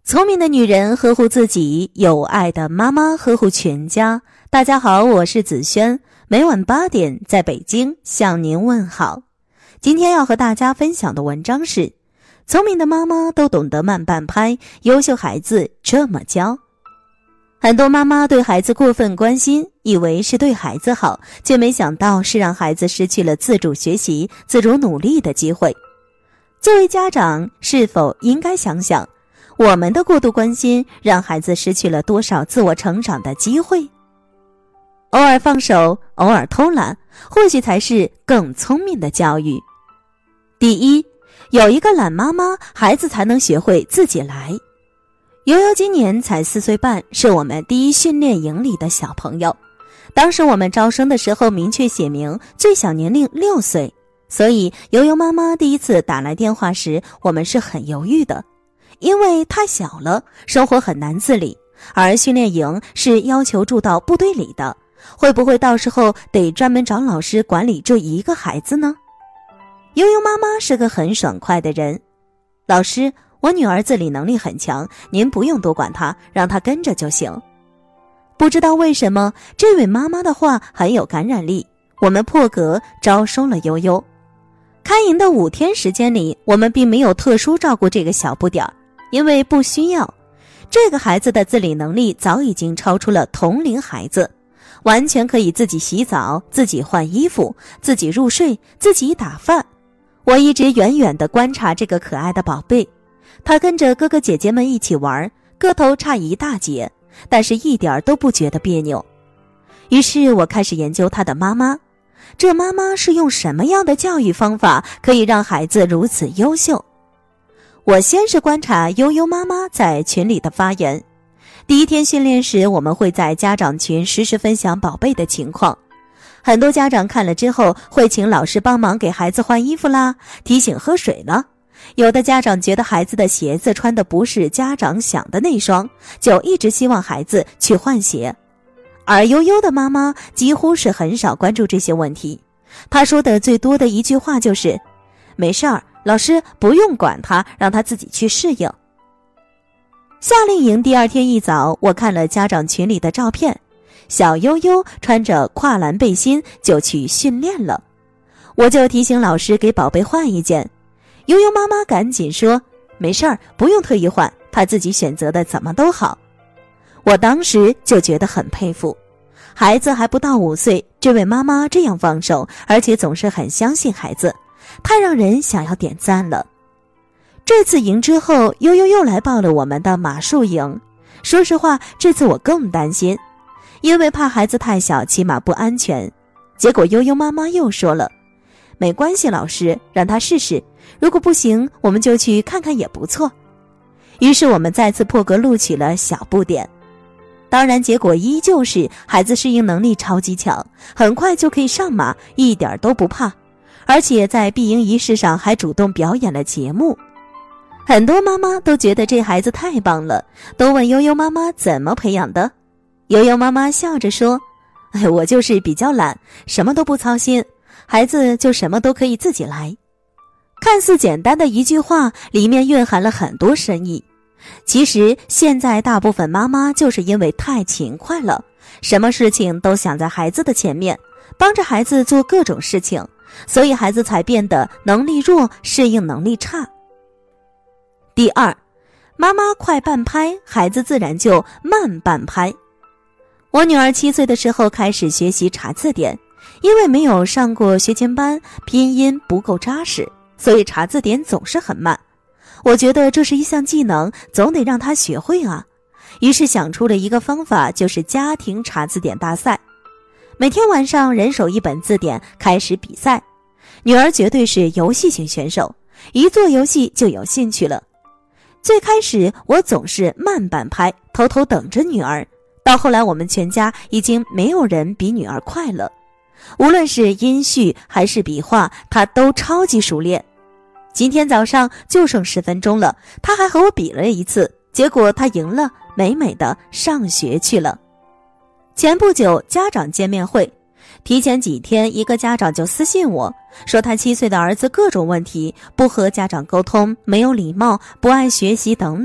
聪明的女人呵护自己，有爱的妈妈呵护全家。大家好，我是子轩，每晚8点在北京向您问好。今天要和大家分享的文章是：聪明的妈妈都懂得慢半拍，优秀孩子这么教。很多妈妈对孩子过分关心，以为是对孩子好，却没想到是让孩子失去了自主学习、自主努力的机会。作为家长，是否应该想想，我们的过度关心让孩子失去了多少自我成长的机会？偶尔放手，偶尔偷懒，或许才是更聪明的教育。第一，有一个懒妈妈，孩子才能学会自己来。悠悠今年才4岁半，是我们第一训练营里的小朋友。当时我们招生的时候明确写明最小年龄6岁，所以悠悠妈妈第一次打来电话时，我们是很犹豫的。因为太小了，生活很难自理，而训练营是要求住到部队里的，会不会到时候得专门找老师管理这一个孩子呢？悠悠妈妈是个很爽快的人，老师，我女儿自理能力很强，您不用多管她，让她跟着就行。不知道为什么，这位妈妈的话很有感染力，我们破格招收了悠悠。开营的5天时间里，我们并没有特殊照顾这个小不点儿，因为不需要。这个孩子的自理能力早已经超出了同龄孩子，完全可以自己洗澡、自己换衣服、自己入睡、自己打饭。我一直远远地观察这个可爱的宝贝，他跟着哥哥姐姐们一起玩，个头差一大截，但是一点都不觉得别扭。于是我开始研究他的妈妈，这妈妈是用什么样的教育方法可以让孩子如此优秀？我先是观察悠悠妈妈在群里的发言。第一天训练时，我们会在家长群实时分享宝贝的情况。很多家长看了之后，会请老师帮忙给孩子换衣服啦，提醒喝水了。有的家长觉得孩子的鞋子穿的不是家长想的那双，就一直希望孩子去换鞋。而悠悠的妈妈几乎是很少关注这些问题，她说的最多的一句话就是没事儿，老师不用管他，让他自己去适应。夏令营第2天一早，我看了家长群里的照片，小悠悠穿着跨栏背心就去训练了。我就提醒老师给宝贝换一件，悠悠妈妈赶紧说没事儿，不用特意换，他自己选择的怎么都好。我当时就觉得很佩服，孩子还不到5岁，这位妈妈这样放手，而且总是很相信孩子，太让人想要点赞了。这次营之后，悠悠又来报了我们的马术营。说实话，这次我更担心，因为怕孩子太小，骑马不安全。结果悠悠妈妈又说了，没关系，老师，让他试试，如果不行，我们就去看看也不错。于是我们再次破格录取了小不点。当然结果依旧是孩子适应能力超级强，很快就可以上马，一点都不怕，而且在闭营仪式上还主动表演了节目。很多妈妈都觉得这孩子太棒了，都问悠悠妈妈怎么培养的。悠悠妈妈笑着说，我就是比较懒，什么都不操心，孩子就什么都可以自己来。看似简单的一句话，里面蕴含了很多深意。其实现在大部分妈妈就是因为太勤快了，什么事情都想在孩子的前面，帮着孩子做各种事情，所以孩子才变得能力弱，适应能力差。第二，妈妈快半拍，孩子自然就慢半拍。我女儿7岁的时候开始学习查字典，因为没有上过学前班，拼音不够扎实，所以查字典总是很慢。我觉得这是一项技能，总得让她学会啊。于是想出了一个方法，就是家庭查字典大赛。每天晚上人手1本字典开始比赛。女儿绝对是游戏型选手，一做游戏就有兴趣了。最开始我总是慢半拍，偷偷等着女儿，到后来我们全家已经没有人比女儿快了，无论是音序还是笔画，她都超级熟练。今天早上就剩10分钟了，她还和我比了一次，结果她赢了，美美的上学去了。前不久家长见面会，提前几天一个家长就私信我说，他7岁的儿子各种问题，不和家长沟通，没有礼貌，不爱学习等等，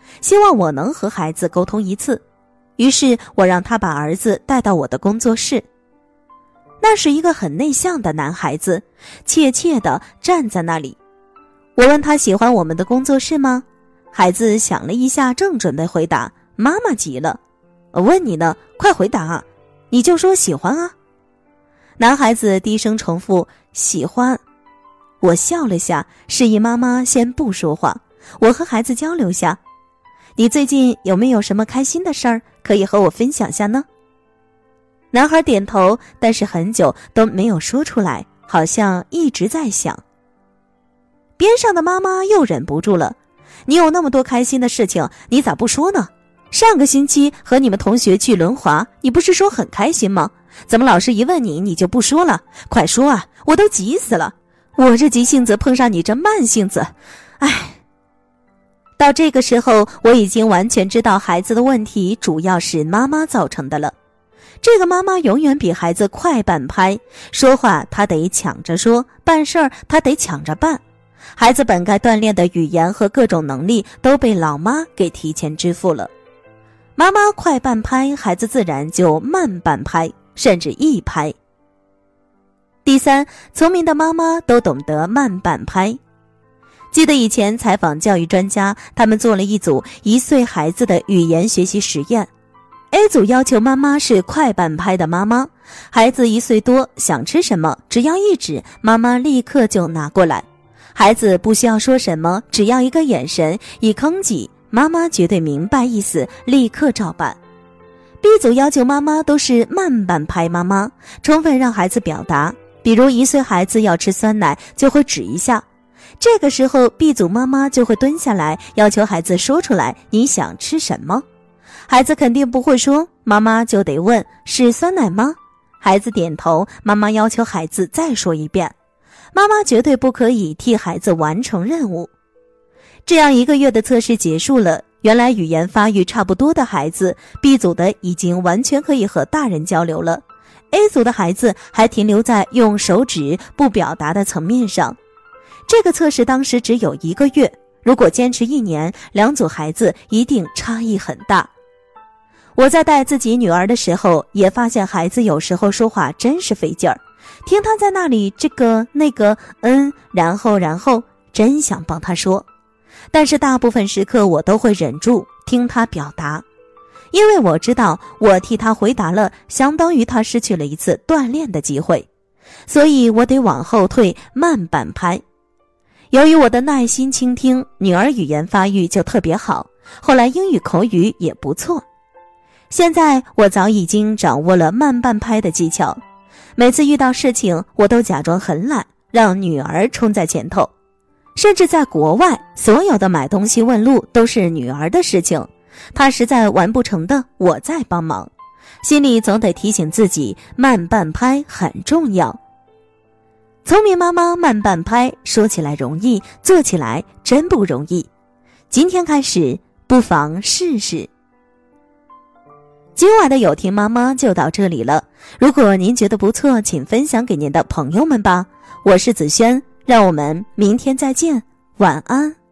希望我能和孩子沟通一次。于是我让他把儿子带到我的工作室。那是一个很内向的男孩子，怯怯地站在那里。我问他喜欢我们的工作室吗？孩子想了一下，正准备回答，妈妈急了：我问你呢，快回答啊！你就说喜欢啊！男孩子低声重复：喜欢。我笑了下，示意妈妈先不说话，我和孩子交流下。你最近有没有什么开心的事儿可以和我分享下呢？男孩点头，但是很久都没有说出来，好像一直在想。边上的妈妈又忍不住了：你有那么多开心的事情，你咋不说呢？上个星期和你们同学去轮滑，你不是说很开心吗？怎么老师一问你，你就不说了？快说啊，我都急死了。我这急性子碰上你这慢性子，唉。到这个时候，我已经完全知道孩子的问题主要是妈妈造成的了。这个妈妈永远比孩子快半拍，说话她得抢着说，办事儿她得抢着办。孩子本该锻炼的语言和各种能力都被老妈给提前支付了。妈妈快半拍，孩子自然就慢半拍，甚至一拍。第三，聪明的妈妈都懂得慢半拍。记得以前采访教育专家，他们做了一组1岁孩子的语言学习实验。A 组要求妈妈是快半拍的妈妈，孩子1岁多，想吃什么，只要一指，妈妈立刻就拿过来。孩子不需要说什么，只要一个眼神，一吭叽，妈妈绝对明白意思，立刻照办。B 组要求妈妈都是慢半拍妈妈，充分让孩子表达，比如1岁孩子要吃酸奶，就会指一下。这个时候 B 组妈妈就会蹲下来，要求孩子说出来你想吃什么。孩子肯定不会说，妈妈就得问是酸奶吗？孩子点头，妈妈要求孩子再说一遍。妈妈绝对不可以替孩子完成任务。这样1个月的测试结束了，原来语言发育差不多的孩子 B 组的已经完全可以和大人交流了， A 组的孩子还停留在用手指不表达的层面上。这个测试当时只有1个月，如果坚持1年，2组孩子一定差异很大。我在带自己女儿的时候，也发现孩子有时候说话真是费劲儿，听她在那里这个那个然后真想帮她说，但是大部分时刻我都会忍住听她表达，因为我知道我替她回答了，相当于她失去了一次锻炼的机会，所以我得往后退，慢半拍。由于我的耐心倾听，女儿语言发育就特别好，后来英语口语也不错。现在我早已经掌握了慢半拍的技巧，每次遇到事情我都假装很懒，让女儿冲在前头。甚至在国外，所有的买东西问路都是女儿的事情，她实在完不成的，我在帮忙。心里总得提醒自己，慢半拍很重要。聪明妈妈慢半拍，说起来容易，做起来真不容易。今天开始，不妨试试。今晚的有听妈妈就到这里了，如果您觉得不错，请分享给您的朋友们吧。我是子轩，让我们明天再见，晚安。